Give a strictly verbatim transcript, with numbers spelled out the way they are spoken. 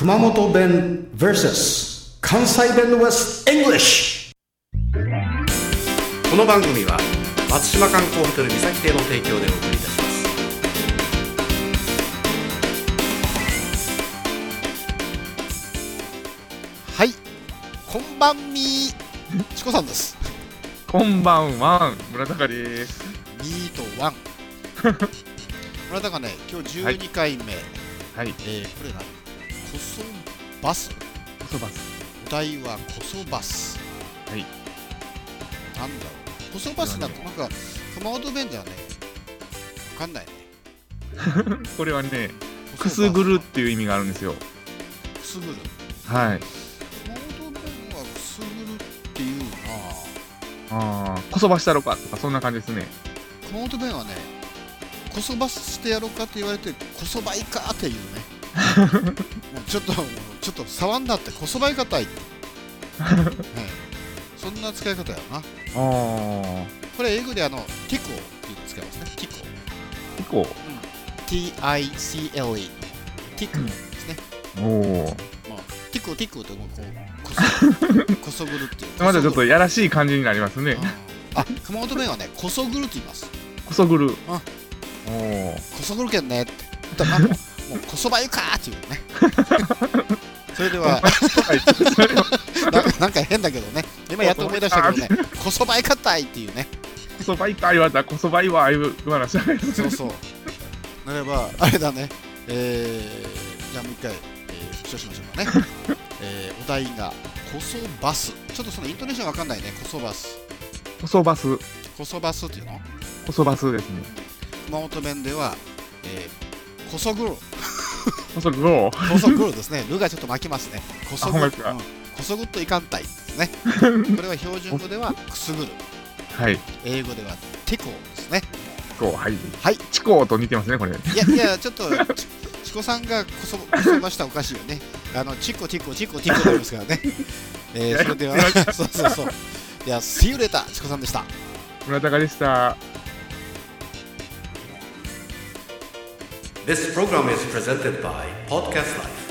熊本弁 vs 関西弁 West English。 この番組は松島観光ホテル三崎邸の提供でお送りいたします。 はい、こんばんみーチコさんです。 こんばんは、村高です。 みーとワン村高ね、今日じゅうにかいめ、 はい、 えー、これ何、こそバス、 こそバス、 お題はこそバス。 はい、 なんだろう、こそバスなんか、なんか熊本弁ではね、わかんないねこれはね、くすぐるっていう意味があるんですよ。 くすぐる、 はい。 熊本弁はくすぐるっていうなああ、こそばしたろかとかそんな感じですね。 熊本弁はね、こそばしてやろうかって言われて、こそばいかっていうねもうちょっと、ちょっと触んだってこそばいかたいって、ね、そんな使い方やな。あこれ英語であのティコっていうの使いますね。ティコティコ、うん、 ティーアイシーエルイー のティコですね、うん、おお、まあ、ティコティコってもうこうこ そ, こそぐるっていうまだちょっとやらしい感じになりますね。 ああ、熊本弁はね、こそぐるって言います。 こそぐる、 あおこそぐるけんねってだからもうこそばゆかーっていうねそれではな, なんか変だけどね、今やっと思い出したけどね、こそばいかったいっていうね、 こそばいか言われたらこそばいは言わなしゃべる。 そうそうなればあれだね、えー、じゃあもう一回、えー、復唱しましょうかね、えー、お題がこそバス、ちょっとそのイントネーションわかんないね。こそバス、 こそバス、 こそバスっていうの、 こそバスですね。 熊本弁では、えー、こそぐるこそぐろこそぐるですね。るがちょっと巻きますね。こそぐる、うん、こそぐっといかんたいですねこれは標準語ではくすぐる、 はい、 英語ではティコですね。 こう、はい、 はい、 チコと似てますねこれ。いやいや、ちょっとチ, チコさんがこそこそばしたらおかしいよね。あのチコティコチコティコになりますからねえー、それではそうそうそう、では See you later、 チコさんでした。 村高でした。 This program is presented by Podcast Life.